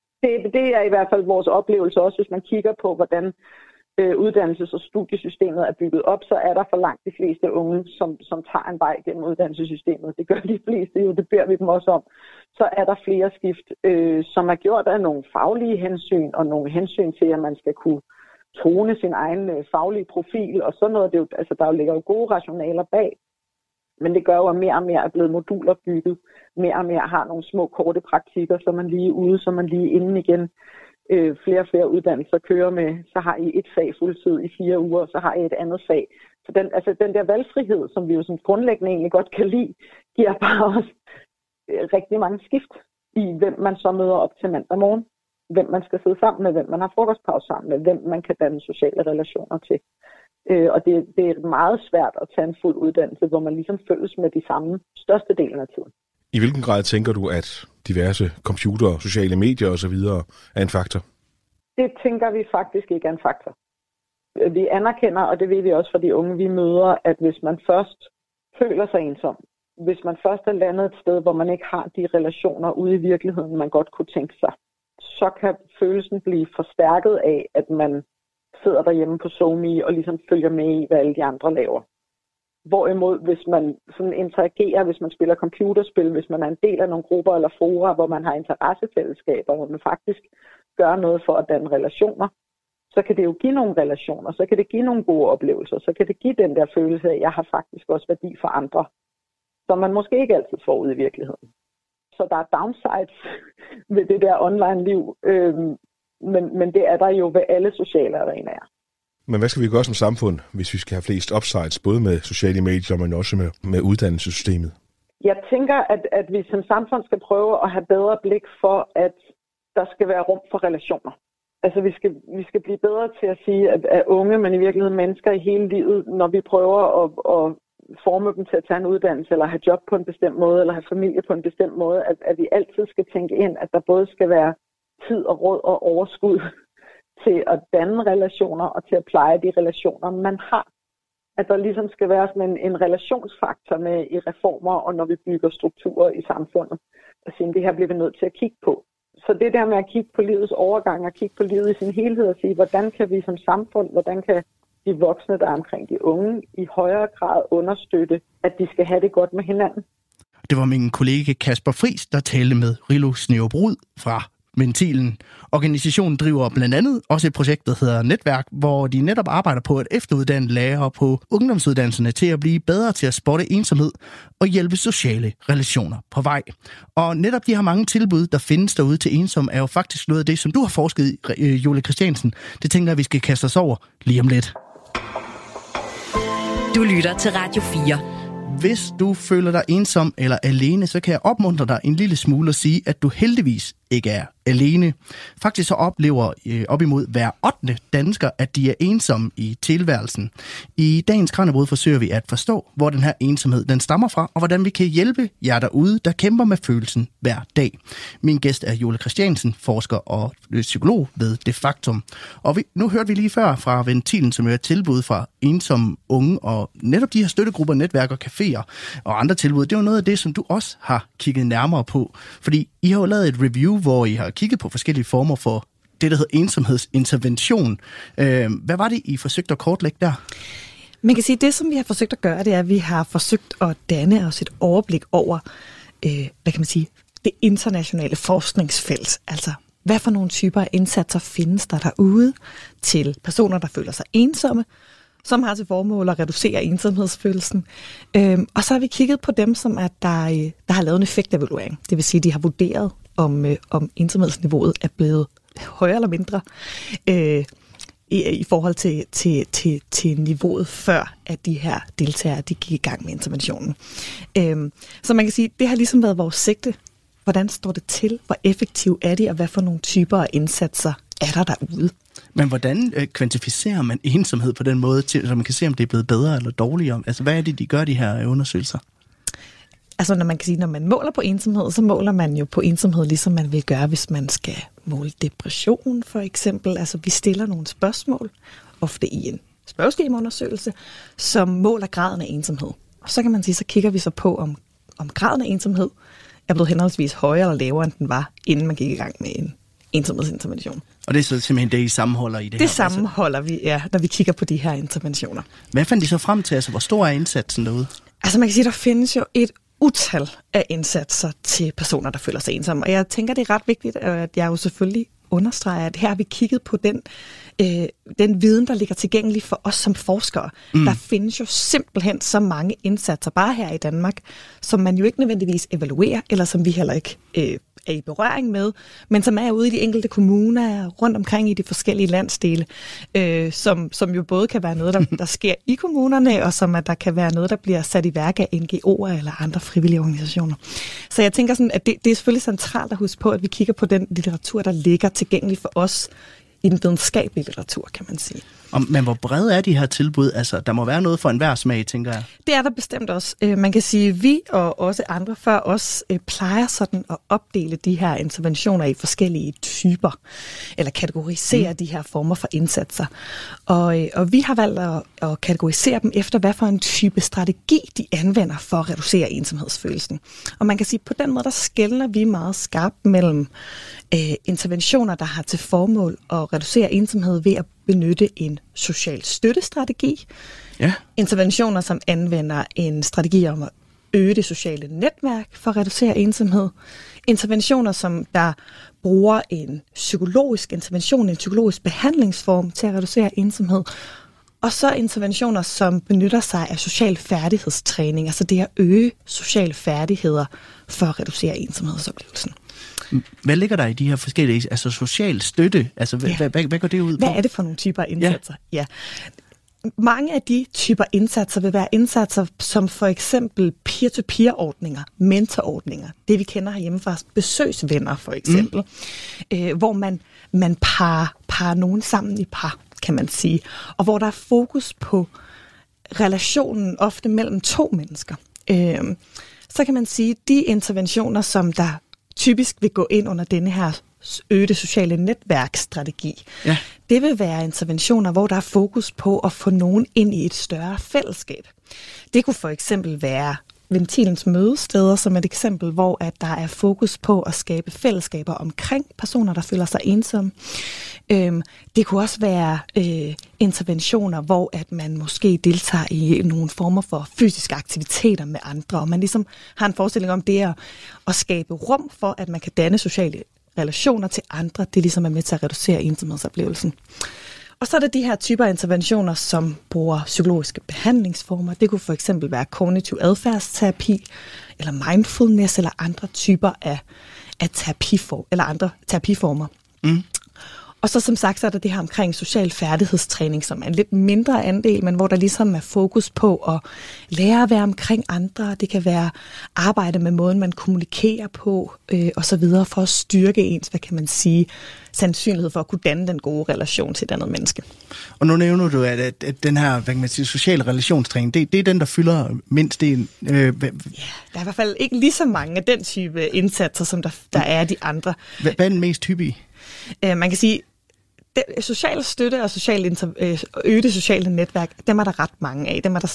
det er i hvert fald vores oplevelse også, hvis man kigger på, hvordan uddannelses- og studiesystemet er bygget op, så er der for langt de fleste unge, som tager en vej gennem uddannelsessystemet. Det gør de fleste jo, det beder vi dem også om. Så er der flere skift, som er gjort af nogle faglige hensyn, og nogle hensyn til, at man skal kunne tone sin egen faglige profil, og sådan noget. Der ligger jo gode rationaler bag, men det gør jo, at mere og mere er blevet moduler bygget. Mere og mere har nogle små korte praktikker, så man lige ude, så man lige inde igen. flere og flere uddannelser kører med, så har I et fag fuldtid i 4 uger, så har I et andet fag. Så den der valgfrihed, som vi jo som grundlæggende egentlig godt kan lide, giver bare også rigtig mange skift i, hvem man så møder op til mandag morgen, hvem man skal sidde sammen med, hvem man har frokostpause sammen med, hvem man kan danne sociale relationer til. Og det er meget svært at tage en fuld uddannelse, hvor man ligesom følges med de samme størstedelen af tiden. I hvilken grad tænker du, at diverse computer, sociale medier osv. er en faktor? Det tænker vi faktisk ikke er en faktor. Vi anerkender, og det ved vi også fra de unge, vi møder, at hvis man først føler sig ensom, hvis man først er landet et sted, hvor man ikke har de relationer ude i virkeligheden, man godt kunne tænke sig, så kan følelsen blive forstærket af, at man sidder derhjemme på SoMe og ligesom følger med i, hvad alle de andre laver. Hvorimod, hvis man sådan interagerer, hvis man spiller computerspil, hvis man er en del af nogle grupper eller fora, hvor man har interessefællesskaber, hvor man faktisk gør noget for at danne relationer, så kan det jo give nogle relationer, så kan det give nogle gode oplevelser, så kan det give den der følelse af, at jeg har faktisk også værdi for andre, som man måske ikke altid får ud i virkeligheden. Så der er downsides ved det der online-liv, men det er der jo ved alle sociale arenaer. Men hvad skal vi gøre som samfund, hvis vi skal have flest upsides, både med sociale medier, men også med uddannelsessystemet? Jeg tænker, at vi som samfund skal prøve at have bedre blik for, at der skal være rum for relationer. Altså vi skal blive bedre til at sige, at unge, men i virkeligheden mennesker i hele livet, når vi prøver at forme dem til at tage en uddannelse, eller have job på en bestemt måde, eller have familie på en bestemt måde, at vi altid skal tænke ind, at der både skal være tid og råd og overskud til at danne relationer og til at pleje de relationer, man har. At der ligesom skal være sådan en relationsfaktor med i reformer, og når vi bygger strukturer i samfundet, og sige, det her bliver vi nødt til at kigge på. Så det der med at kigge på livets overgang og kigge på livet i sin helhed og sige, hvordan kan vi som samfund, hvordan kan de voksne, der er omkring de unge, i højere grad understøtte, at de skal have det godt med hinanden. Det var min kollega Kasper Friis, der talte med Rilo Snæverbrud fra Ventilen. Organisationen driver blandt andet også et projekt, der hedder Netværk, hvor de netop arbejder på at efteruddanne lærere på ungdomsuddannelserne til at blive bedre til at spotte ensomhed og hjælpe sociale relationer på vej. Og netop de her mange tilbud, der findes derude til ensomme, er jo faktisk noget af det, som du har forsket i, Julie Christiansen. Det tænker jeg, vi skal kaste os over lige om lidt. Du lytter til Radio 4. Hvis du føler dig ensom eller alene, så kan jeg opmuntre dig en lille smule og sige, at du heldigvis ikke er alene. Faktisk så oplever op imod hver 8. dansker, at de er ensomme i tilværelsen. I dagens Kraniebrud forsøger vi at forstå, hvor den her ensomhed den stammer fra, og hvordan vi kan hjælpe jer derude, der kæmper med følelsen hver dag. Min gæst er Julie Christiansen, forsker og psykolog ved Det Faktum. Og nu hørte vi lige før fra Ventilen, som er et tilbud fra ensomme unge, og netop de her støttegrupper, netværk og caféer og andre tilbud, det er jo noget af det, som du også har kigget nærmere på. Fordi I har jo lavet et review, hvor I har kigget på forskellige former for det, der hedder ensomhedsintervention. Hvad var det, I forsøgte at kortlægge der? Man kan sige, at det, som vi har forsøgt at gøre, det er, at vi har forsøgt at danne os et overblik over, hvad kan man sige, det internationale forskningsfelt. Altså, hvad for nogle typer af indsatser findes der derude til personer, der føler sig ensomme, som har til formål at reducere ensomhedsfølelsen. Og så har vi kigget på dem, som der har lavet en effektevaluering. Det vil sige, at de har vurderet, om ensomhedsniveauet er blevet højere eller mindre i forhold til niveauet før, at de her deltagere de gik i gang med interventionen. Så man kan sige, det har ligesom været vores sigte. Hvordan står det til? Hvor effektiv er de, og hvad for nogle typer af indsatser er der derude? Men hvordan kvantificerer man ensomhed på den måde, så man kan se, om det er blevet bedre eller dårligere? Altså, hvad er det, de gør, de her undersøgelser? Altså, når man måler på ensomhed, så måler man jo på ensomhed, ligesom man vil gøre, hvis man skal måle depression, for eksempel. Altså, vi stiller nogle spørgsmål, ofte i en spørgeskemaundersøgelse, som måler graden af ensomhed. Og så kan man sige, så kigger vi så på, om graden af ensomhed er blevet henholdsvis højere eller lavere, end den var, inden man gik i gang med en ensomhedsintervention. Og det er så simpelthen det, I sammenholder i det her? Det sammenholder vi, ja, når vi kigger på de her interventioner. Hvad fandt de så frem til? Altså, hvor stor er indsatsen derude? Altså, man kan sige, der findes jo et utal af indsatser til personer, der føler sig ensomme. Og jeg tænker, det er ret vigtigt, at jeg jo selvfølgelig understreger, at her har vi kigget på den viden, der ligger tilgængelig for os som forskere. Der findes jo simpelthen så mange indsatser, bare her i Danmark, som man jo ikke nødvendigvis evaluerer, eller som vi heller ikke er i berøring med, men som er ude i de enkelte kommuner, rundt omkring i de forskellige landsdele, som jo både kan være noget, der sker i kommunerne, og som at der kan være noget, der bliver sat i værk af NGO'er eller andre frivillige organisationer. Så jeg tænker sådan, at det er selvfølgelig centralt at huske på, at vi kigger på den litteratur, der ligger tilgængelig for os i den videnskabelige litteratur, kan man sige. Men hvor brede er de her tilbud? Altså, der må være noget for enhver smag, tænker jeg. Det er der bestemt også. Man kan sige, at vi og også andre før os plejer sådan at opdele de her interventioner i forskellige typer, eller kategorisere de her former for indsatser. Og vi har valgt at kategorisere dem efter, hvad for en type strategi de anvender for at reducere ensomhedsfølelsen. Og man kan sige, at på den måde, der skelner vi meget skarpt mellem interventioner, der har til formål at reducere ensomhed ved at benytte en social støttestrategi. Ja. Interventioner, som anvender en strategi om at øge det sociale netværk for at reducere ensomhed. Interventioner, som der bruger en psykologisk intervention, en psykologisk behandlingsform til at reducere ensomhed. Og så interventioner, som benytter sig af social færdighedstræning, altså det at øge sociale færdigheder for at reducere ensomhedsoplevelsen. Hvad ligger der i de her forskellige, altså social støtte? Altså, hvad går det ud på? Hvad er det for nogle typer indsatser? Ja. Mange af de typer indsatser vil være indsatser som for eksempel peer-to-peer-ordninger, mentorordninger, det vi kender herhjemme fra besøgsvenner for eksempel, hvor man parer nogen sammen i par, kan man sige, og hvor der er fokus på relationen ofte mellem to mennesker. Så kan man sige, at de interventioner, som der typisk vil gå ind under denne her øgede sociale netværksstrategi. Ja. Det vil være interventioner, hvor der er fokus på at få nogen ind i et større fællesskab. Det kunne for eksempel være Ventilens mødesteder som et eksempel, hvor at der er fokus på at skabe fællesskaber omkring personer, der føler sig ensomme. Det kunne også være interventioner, hvor at man måske deltager i nogle former for fysiske aktiviteter med andre, og man ligesom har en forestilling om det at skabe rum for, at man kan danne sociale relationer til andre. Det ligesom er med til at reducere ensomhedsoplevelsen. Og så er der de her typer af interventioner, som bruger psykologiske behandlingsformer. Det kunne for eksempel være kognitiv adfærdsterapi, eller mindfulness, eller andre typer af eller andre terapiformer. Og så som sagt, så er der det her omkring social færdighedstræning, som er en lidt mindre andel, men hvor der ligesom er fokus på at lære at være omkring andre. Det kan være arbejde med måden, man kommunikerer på, og så videre, for at styrke ens, hvad kan man sige, sandsynlighed for at kunne danne den gode relation til et andet menneske. Og nu nævner du, at den her, hvad kan man sige, sociale relationstræning, det er den, der fylder mindst en. Ja, der er i hvert fald ikke lige så mange af den type indsatser, som der er de andre. Hvad er den mest hyppige? Man kan sige, social støtte og øgede sociale netværk, dem er der ret mange af. Dem er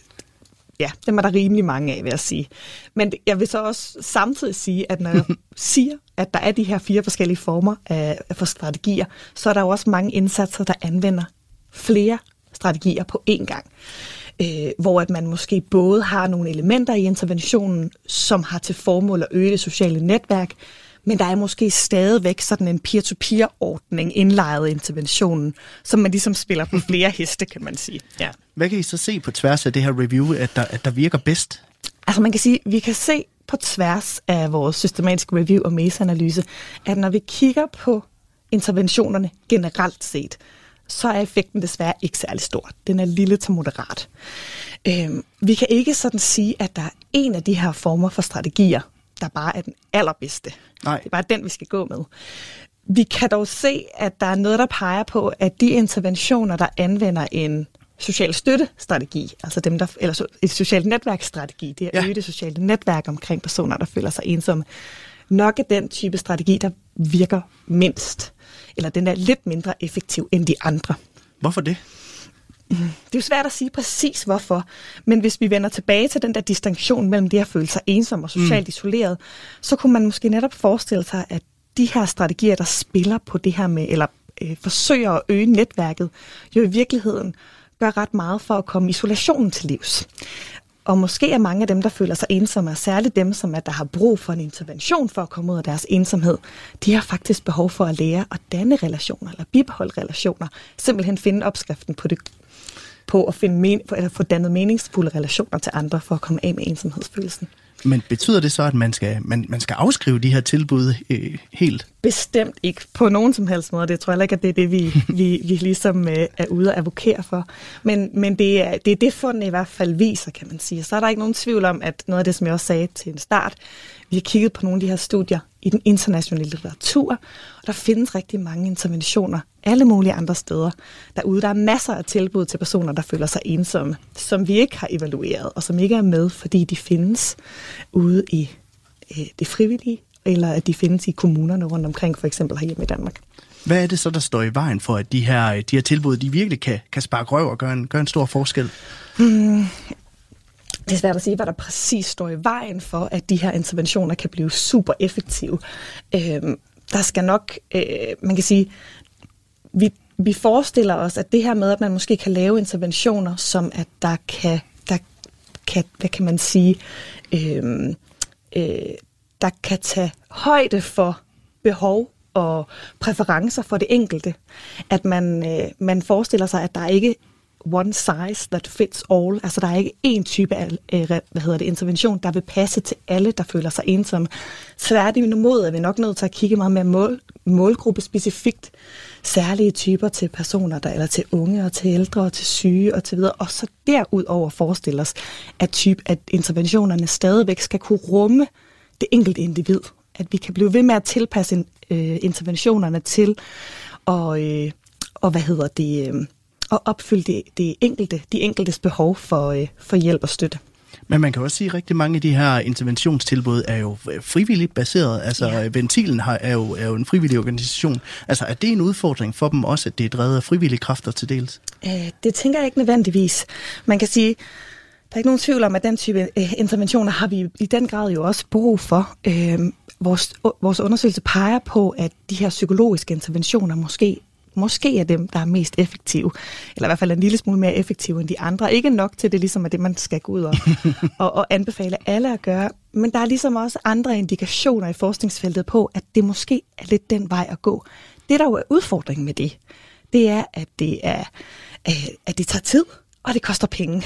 der rimelig mange af, vil jeg sige. Men jeg vil så også samtidig sige, at når jeg siger, at der er de her 4 forskellige former for strategier, så er der jo også mange indsatser, der anvender flere strategier på én gang. Hvor at man måske både har nogle elementer i interventionen, som har til formål at øge det sociale netværk, men der er måske stadigvæk sådan en peer-to-peer-ordning indlejret i interventionen, som man ligesom spiller på flere heste, kan man sige. Ja. Hvad kan I så se på tværs af det her review, at der virker bedst? Altså man kan sige, vi kan se på tværs af vores systematiske review og meta-analyse, at når vi kigger på interventionerne generelt set, så er effekten desværre ikke særlig stor. Den er lille til moderat. Vi kan ikke sådan sige, at der er en af de her former for strategier, der bare er den allerbedste. Nej. Det er bare den, vi skal gå med. Vi kan dog se, at der er noget, der peger på, at de interventioner, der anvender en social støttestrategi, altså eller et socialt netværksstrategi, det er at øge det sociale netværk omkring personer, der føler sig ensomme, nok er den type strategi, der virker mindst, eller den er lidt mindre effektiv end de andre. Hvorfor det? Det er jo svært at sige præcis hvorfor, men hvis vi vender tilbage til den der distinktion mellem det at føle sig ensom og socialt isoleret, så kunne man måske netop forestille sig, at de her strategier, der spiller på det her med, eller forsøger at øge netværket, jo i virkeligheden gør ret meget for at komme isolationen til livs. Og måske er mange af dem, der føler sig ensomme, og særligt dem, der har brug for en intervention for at komme ud af deres ensomhed, de har faktisk behov for at lære at danne relationer, eller bibeholde relationer, simpelthen finde opskriften på at få dannet meningsfulde relationer til andre, for at komme af med ensomhedsfølelsen. Men betyder det så, at man skal afskrive de her tilbud helt? Bestemt ikke på nogen som helst måde. Det tror jeg ikke, at det er det, vi ligesom er ude at advokere for. Men det er det fund i hvert fald viser, kan man sige. Så er der ikke nogen tvivl om, at noget af det, som jeg også sagde til en start, vi har kigget på nogle af de her studier i den internationale litteratur, og der findes rigtig mange interventioner alle mulige andre steder derude. Der er masser af tilbud til personer, der føler sig ensomme, som vi ikke har evalueret, og som ikke er med, fordi de findes ude i det frivillige, eller at de findes i kommunerne rundt omkring, for eksempel herhjemme i Danmark. Hvad er det så, der står i vejen for, at de her tilbud, de virkelig kan sparke røv og gøre en stor forskel? Det er svært at sige, hvad der præcis står i vejen for, at de her interventioner kan blive super effektive. Der skal nok, man kan sige, vi forestiller os, at det her med, at man måske kan lave interventioner, som at der kan hvad kan man sige, der kan tage højde for behov og præferencer for det enkelte. At man forestiller sig, at der er ikke one size that fits all. Altså der er ikke én type af intervention, der vil passe til alle, der føler sig ensomme. Tværtimod er vi nok nødt til at kigge meget mere målgruppe specifikt. Særlige typer til personer, eller til unge og til ældre og til syge og til videre. Og så derudover forestiller os, at interventionerne stadigvæk skal kunne rumme det enkelte individ. At vi kan blive ved med at tilpasse interventionerne til og opfylde de enkeltes behov for hjælp og støtte. Men man kan også sige, at rigtig mange af de her interventionstilbud er jo frivilligt baseret. Altså ja. Ventilen er jo en frivillig organisation. Altså er det en udfordring for dem også, at det er drevet af frivillige kræfter til dels? Det tænker jeg ikke nødvendigvis. Man kan sige, der er ikke nogen tvivl om, at den type interventioner har vi i den grad jo også brug for. Vores undersøgelse peger på, at de her psykologiske interventioner måske er dem, der er mest effektive, eller i hvert fald en lille smule mere effektive end de andre. Ikke nok til det ligesom er det, man skal gå ud og anbefale alle at gøre, men der er ligesom også andre indikationer i forskningsfeltet på, at det måske er lidt den vej at gå. Det, der jo er udfordringen med det er, at det tager tid, og det koster penge.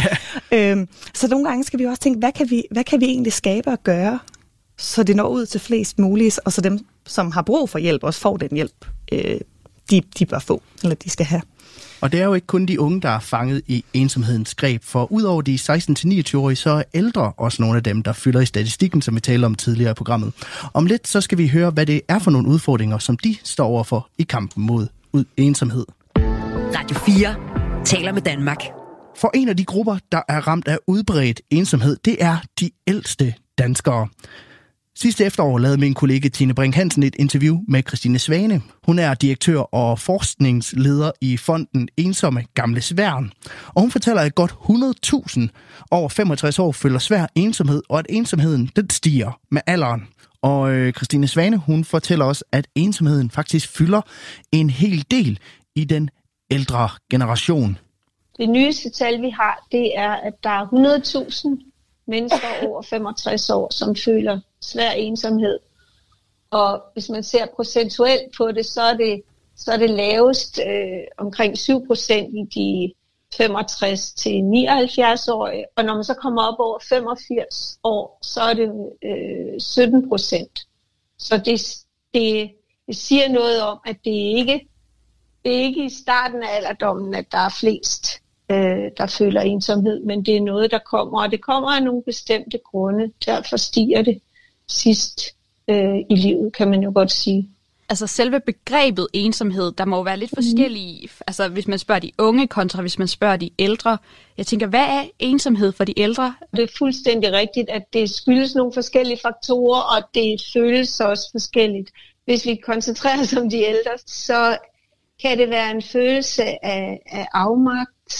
Så nogle gange skal vi også tænke, hvad kan vi egentlig skabe og gøre, så det når ud til flest muligt, og så dem, som har brug for hjælp, også får den hjælp, de bør få, eller de skal have. Og det er jo ikke kun de unge, der er fanget i ensomhedens greb, for udover de 16-29-årige, så er ældre også nogle af dem, der fylder i statistikken, som vi talte om tidligere i programmet. Om lidt, så skal vi høre, hvad det er for nogle udfordringer, som de står overfor i kampen mod ensomhed. Radio 4 taler med Danmark. For en af de grupper, der er ramt af udbredt ensomhed, det er de ældste danskere. Sidste efterår lavede min kollega Tine Brink Hansen et interview med Christine Svane. Hun er direktør og forskningsleder i fonden Ensomme Gamles Værn. Og hun fortæller, at godt 100.000 over 65 år føler svær ensomhed, og at ensomheden den stiger med alderen. Og Christine Svane, hun fortæller også, at ensomheden faktisk fylder en hel del i den ældre generation. Det nyeste tal, vi har, det er, at der er 100.000 mennesker over 65 år, som føler svær ensomhed. Og hvis man ser procentuelt på det, så er det lavest omkring 7% i de 65 til 79-årige. Og når man så kommer op over 85 år, så er det 17%. Så det siger noget om, at det er ikke i starten af alderdommen, at der er flest, der føler ensomhed, men det er noget, der kommer, og det kommer af nogle bestemte grunde. Derfor stiger det sidst i livet, kan man jo godt sige. Altså selve begrebet ensomhed, der må jo være lidt forskellige, altså hvis man spørger de unge kontra hvis man spørger de ældre. Jeg tænker, hvad er ensomhed for de ældre? Det er fuldstændig rigtigt, at det skyldes nogle forskellige faktorer, og det føles også forskelligt. Hvis vi koncentrerer os om de ældre, så kan det være en følelse af afmagt,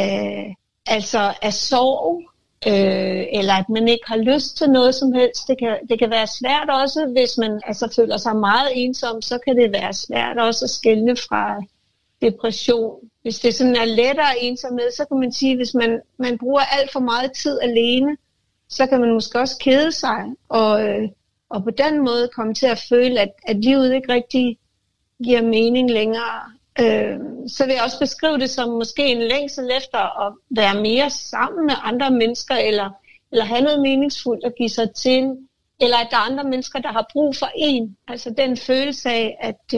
af sorg, eller at man ikke har lyst til noget som helst. Det kan være svært også, hvis man føler sig meget ensom, så kan det være svært også at skelne fra depression. Hvis det sådan er lettere ensomhed, så kan man sige, hvis man bruger alt for meget tid alene, så kan man måske også kede sig, og på den måde komme til at føle, at livet ikke rigtig giver mening længere. Så vil jeg også beskrive det som måske en længsel efter at være mere sammen med andre mennesker, eller eller have noget meningsfuldt at give sig til, eller at der er andre mennesker, der har brug for en. Altså den følelse af, at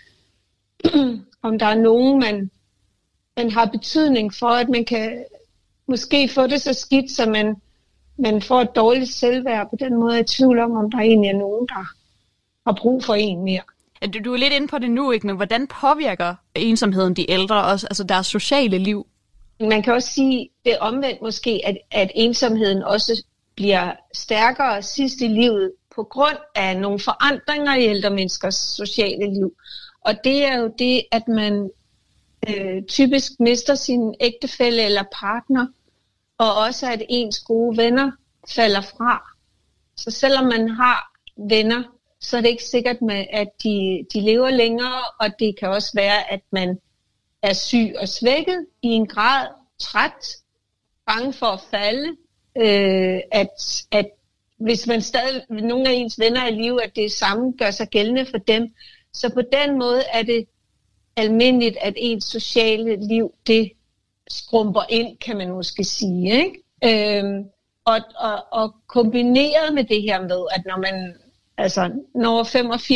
om der er nogen, man har betydning for, at man kan måske få det så skidt, så man får et dårligt selvværd. På den måde er jeg i tvivl om der egentlig er nogen, der har brug for en mere. Du er lidt inde på det nu, ikke? Men hvordan påvirker ensomheden de ældre også, altså deres sociale liv? Man kan også sige, det er omvendt måske, at ensomheden også bliver stærkere sidst i livet på grund af nogle forandringer i ældre menneskers sociale liv. Og det er jo det, at man typisk mister sin ægtefælle eller partner, og også at ens gode venner falder fra. Så selvom man har venner, så er det ikke sikkert, at de lever længere, og det kan også være, at man er syg og svækket i en grad, træt, bange for at falde, at hvis man stadig nogle af ens venner er i live, at det samme gør sig gældende for dem. Så på den måde er det almindeligt, at ens sociale liv, det skrumper ind, kan man måske sige, ikke? Og kombineret med det her med, at når man når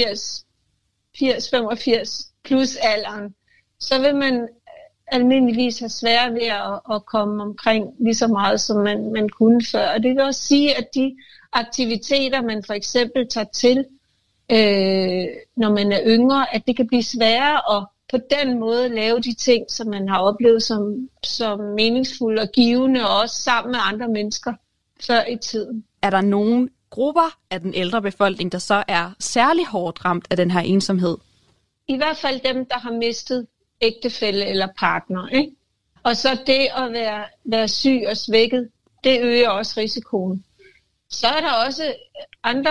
85 plus alderen, så vil man almindeligvis have svært ved at komme omkring lige så meget, som man kunne før. Og det vil også sige, at de aktiviteter, man for eksempel tager til, når man er yngre, at det kan blive sværere at på den måde lave de ting, som man har oplevet som meningsfulde og givende, og også sammen med andre mennesker før i tiden. Er der nogle grupper af den ældre befolkning, der så er særlig hårdt ramt af den her ensomhed? I hvert fald dem, der har mistet ægtefælle eller partner, ikke? Og så det at være syg og svækket, det øger også risikoen. Så er der også andre,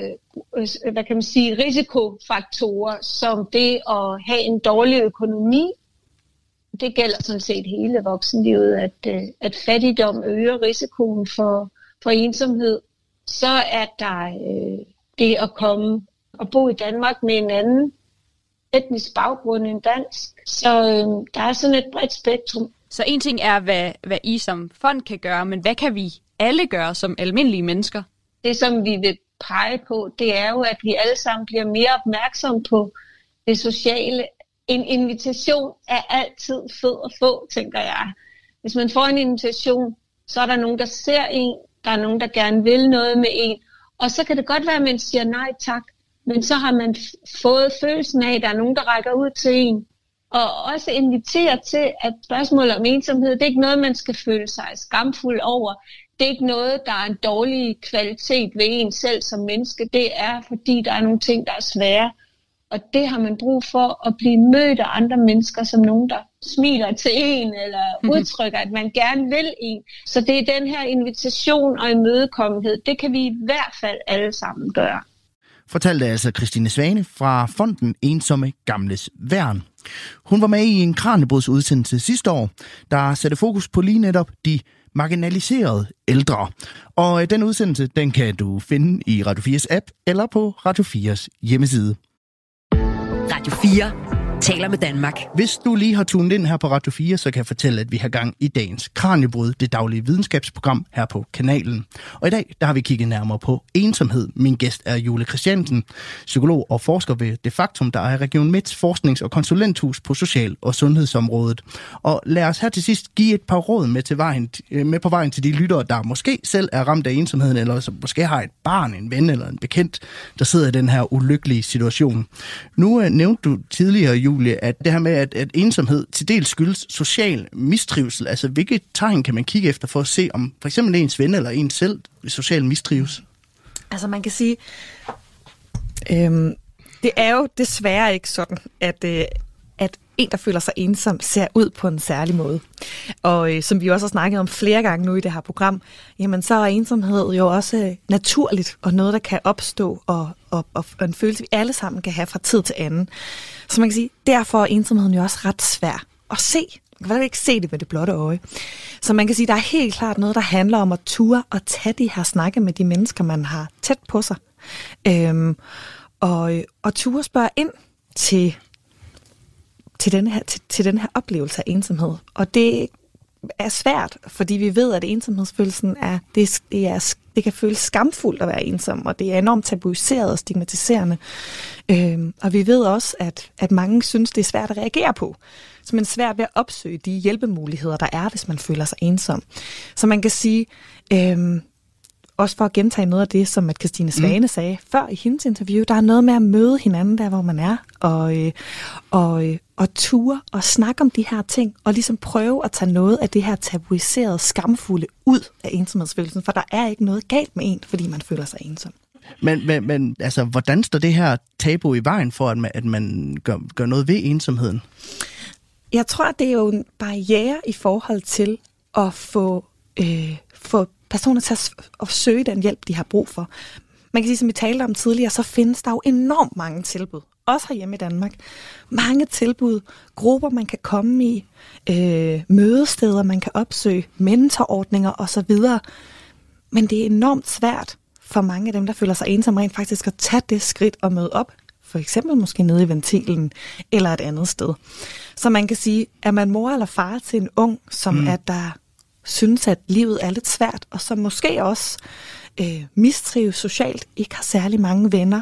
risikofaktorer, som det at have en dårlig økonomi. Det gælder sådan set hele voksenlivet, at fattigdom øger risikoen for ensomhed. Så er der det at komme og bo i Danmark med en anden etnisk baggrund end dansk. Så der er sådan et bredt spektrum. Så en ting er, hvad I som fond kan gøre, men hvad kan vi alle gøre som almindelige mennesker? Det, som vi vil pege på, det er jo, at vi alle sammen bliver mere opmærksomme på det sociale. En invitation er altid fed at få, tænker jeg. Hvis man får en invitation, så er der nogen, der ser en, der er nogen, der gerne vil noget med en, og så kan det godt være, at man siger nej tak, men så har man fået følelsen af, at der er nogen, der rækker ud til en, og også inviterer til, at spørgsmålet om ensomhed, det er ikke noget, man skal føle sig skamfuld over. Det er ikke noget, der er en dårlig kvalitet ved en selv som menneske. Det er, fordi der er nogle ting, der er svære. Og det har man brug for at blive mødt af andre mennesker som nogen, der smiler til en eller udtrykker, at man gerne vil en. Så det er den her invitation og imødekommenhed. Det kan vi i hvert fald alle sammen gøre. Fortalte altså Christine Svane fra Fonden Ensomme Gamles Værn. Hun var med i en Kraniebrudsudsendelse sidste år, der satte fokus på lige netop de marginaliserede ældre. Og den udsendelse, den kan du finde i Radio 4's app eller på Radio 4's hjemmeside. Radio 4 taler med Danmark. Hvis du lige har tunet ind her på Radio 4, så kan jeg fortælle, at vi har gang i dagens Kraniebrud, det daglige videnskabsprogram her på kanalen. Og i dag, der har vi kigget nærmere på ensomhed. Min gæst er Julie Christiansen, psykolog og forsker ved Det Faktum, der er Region Midts forsknings- og konsulenthus på social- og sundhedsområdet. Og lad os her til sidst give et par råd med på vejen til de lyttere, der måske selv er ramt af ensomheden, eller som måske har et barn, en ven eller en bekendt, der sidder i den her ulykkelige situation. Nu nævnte du tidligere, Julie, at det her med, at ensomhed til dels skyldes social mistrivsel. Altså, hvilke tegn kan man kigge efter for at se, om for eksempel ens ven eller ens selv social mistrives? Altså, man kan sige, det er jo desværre ikke sådan, at en, der føler sig ensom, ser ud på en særlig måde. Og som vi også har snakket om flere gange nu i det her program, jamen så er ensomhed jo også naturligt, og noget, der kan opstå, og en følelse, vi alle sammen kan have fra tid til anden. Så man kan sige, derfor er ensomheden jo også ret svær at se. Man kan ikke se det med det blotte øje. Så man kan sige, der er helt klart noget, der handler om at ture og tage de her snakke med de mennesker, man har tæt på sig. Og ture spørge ind til den her oplevelse af ensomhed. Og det er svært, fordi vi ved, at ensomhedsfølelsen det kan føles skamfuldt at være ensom, og det er enormt tabuiseret og stigmatiserende. Og vi ved også, at mange synes, det er svært at reagere på. Så man er svært ved at opsøge de hjælpemuligheder, der er, hvis man føler sig ensom. Så man kan sige, også for at gentage noget af det, som at Christine Svane sagde før i hendes interview, der er noget med at møde hinanden der, hvor man er, og ture og snakke om de her ting, og ligesom prøve at tage noget af det her tabuiserede, skamfulde ud af ensomhedsfølelsen, for der er ikke noget galt med en, fordi man føler sig ensom. Men altså, hvordan står det her tabu i vejen for, at man gør noget ved ensomheden? Jeg tror, det er jo en barriere i forhold til at få personer til at søge den hjælp, de har brug for. Man kan sige, som vi talte om tidligere, så findes der jo enormt mange tilbud. Også herhjemme i Danmark. Mange tilbud, grupper man kan komme i, mødesteder man kan opsøge, mentorordninger osv. Men det er enormt svært for mange af dem, der føler sig ensomme, rent faktisk at tage det skridt og møde op. For eksempel måske nede i ventilen eller et andet sted. Så man kan sige, at man mor eller far til en ung, som at der synes, at livet er lidt svært, og som måske også mistrives socialt, ikke har særlig mange venner,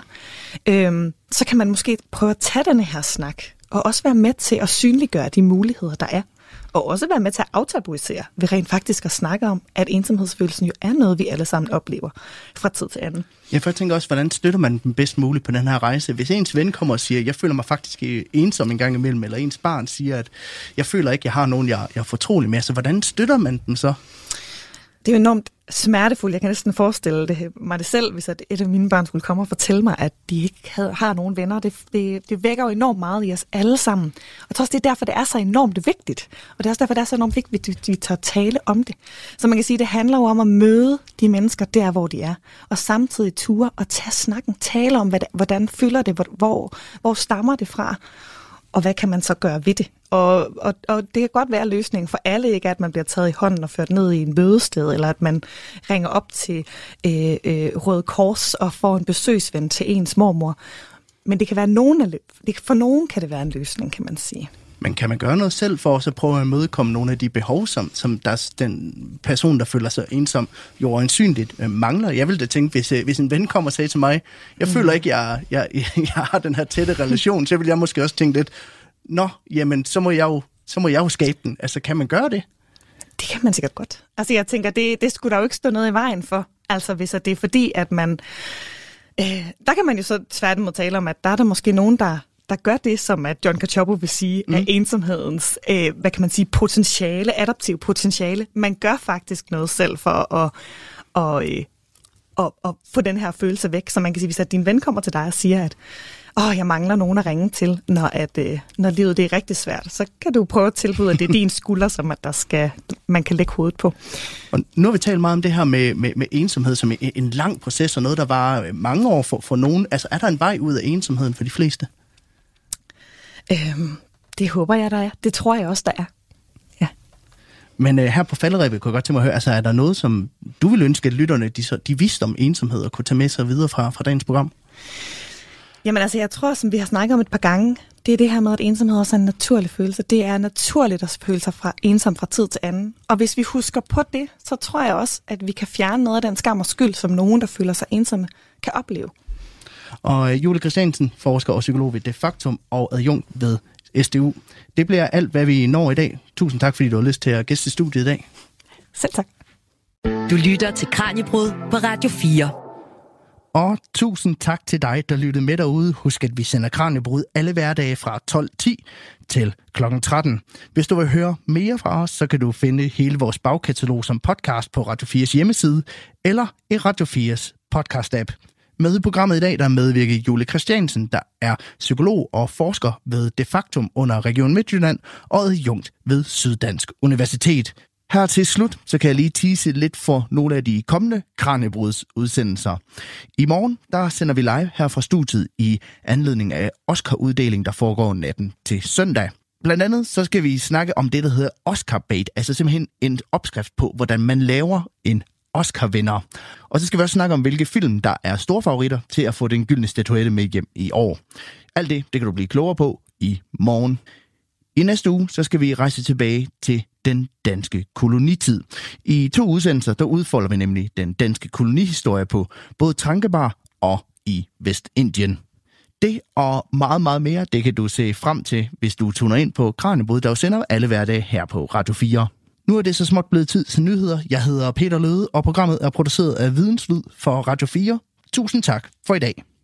så kan man måske prøve at tage denne her snak, og også være med til at synliggøre de muligheder, der er. Og også være med til at aftabuisere ved rent faktisk at snakke om, at ensomhedsfølelsen jo er noget, vi alle sammen oplever fra tid til anden. Jeg tænker også, hvordan støtter man den bedst muligt på den her rejse? Hvis ens ven kommer og siger, jeg føler mig faktisk ensom en gang imellem, eller ens barn siger, at jeg føler ikke, jeg har nogen, jeg er fortrolig med, så hvordan støtter man dem så? Det er jo enormt smertefuldt. Jeg kan næsten forestille mig det selv, hvis et af mine børn skulle komme og fortælle mig, at de ikke har nogen venner. Det vækker jo enormt meget i os alle sammen. Og jeg tror også, det er derfor, det er så enormt vigtigt. Og det er også derfor, det er så enormt vigtigt, at vi tør tale om det. Så man kan sige, at det handler jo om at møde de mennesker der, hvor de er. Og samtidig ture og tage snakken. Tale om, hvordan fylder det, hvor stammer det fra. Og hvad kan man så gøre ved det? Og det kan godt være løsningen for alle, ikke at man bliver taget i hånden og ført ned i en mødested, eller at man ringer op til Røde Kors og får en besøgsven til ens mormor. Men det kan være for nogen kan det være en løsning, kan man sige. Men kan man gøre noget selv for også at prøve at imødekomme nogle af de behov, som den person, der føler sig ensom, jo øjensynligt mangler? Jeg ville da tænke, hvis en ven kommer og siger til mig, jeg føler ikke, jeg har den her tætte relation, så vil jeg måske også tænke lidt, jamen, så må jeg jo skabe den. Altså, kan man gøre det? Det kan man sikkert godt. Altså, jeg tænker, det skulle der jo ikke stå noget i vejen for. Altså, hvis det er fordi, at man... der kan man jo så tværtimod tale om, at der er der måske nogen, der gør det, som at John Cacioppo vil sige, af ensomhedens, hvad kan man sige, potentiale, adaptiv potentiale. Man gør faktisk noget selv for at få den her følelse væk. Så man kan sige, hvis at din ven kommer til dig og siger, at jeg mangler nogen at ringe til, når livet det er rigtig svært, så kan du prøve at tilbyde, at det er din skulder, som at man kan lægge hovedet på. Og nu har vi talt meget om det her med ensomhed som en lang proces, og noget, der var mange år for nogen. Altså, er der en vej ud af ensomheden for de fleste? Det håber jeg, der er. Det tror jeg også, der er. Ja. Men her på falderebet kunne jeg godt tænke mig at høre, altså er der noget, som du vil ønske, at lytterne de vidste om ensomhed og kunne tage med sig videre fra dagens program? Jamen altså, jeg tror, som vi har snakket om et par gange, det er det her med, at ensomhed også er en naturlig følelse. Det er naturligt at føle sig ensom fra tid til anden. Og hvis vi husker på det, så tror jeg også, at vi kan fjerne noget af den skam og skyld, som nogen, der føler sig ensomme, kan opleve. Og Julie Christiansen, forsker og psykolog ved Defaktum og adjunkt ved SDU. Det bliver alt, hvad vi når i dag. Tusind tak, fordi du har lyst til at gæste studiet i dag. Selv tak. Du lytter til Kraniebrud på Radio 4. Og tusind tak til dig, der lyttede med derude. Husk, at vi sender Kraniebrud alle hverdage fra 12:10 til kl. 13. Hvis du vil høre mere fra os, så kan du finde hele vores bagkatalog som podcast på Radio 4's hjemmeside eller i Radio 4's podcast-app. Med i programmet i dag, der medvirker Julie Christiansen, der er psykolog og forsker ved Defaktum under Region Midtjylland og adjunkt ved Syddansk Universitet. Her til slut, så kan jeg lige tease lidt for nogle af de kommende Kranjebruds udsendelser. I morgen, der sender vi live her fra studiet i anledning af Oscar-uddeling, der foregår natten til søndag. Blandt andet så skal vi snakke om det, der hedder Oscar-bait, altså simpelthen en opskrift på, hvordan man laver en Oscar-vinder. Og så skal vi også snakke om, hvilke film, der er store favoritter til at få den gyldne statuette med hjem i år. Alt det kan du blive klogere på i morgen. I næste uge, så skal vi rejse tilbage til den danske kolonitid. I 2 udsendelser, der udfolder vi nemlig den danske kolonihistorie på både Trankebar og i Vestindien. Det og meget, meget mere, det kan du se frem til, hvis du tuner ind på Kraniebrud, der sender alle hverdage her på Radio 4. Nu er det så småt blevet tid til nyheder. Jeg hedder Peter Løde, og programmet er produceret af Videnslyd for Radio 4. Tusind tak for i dag.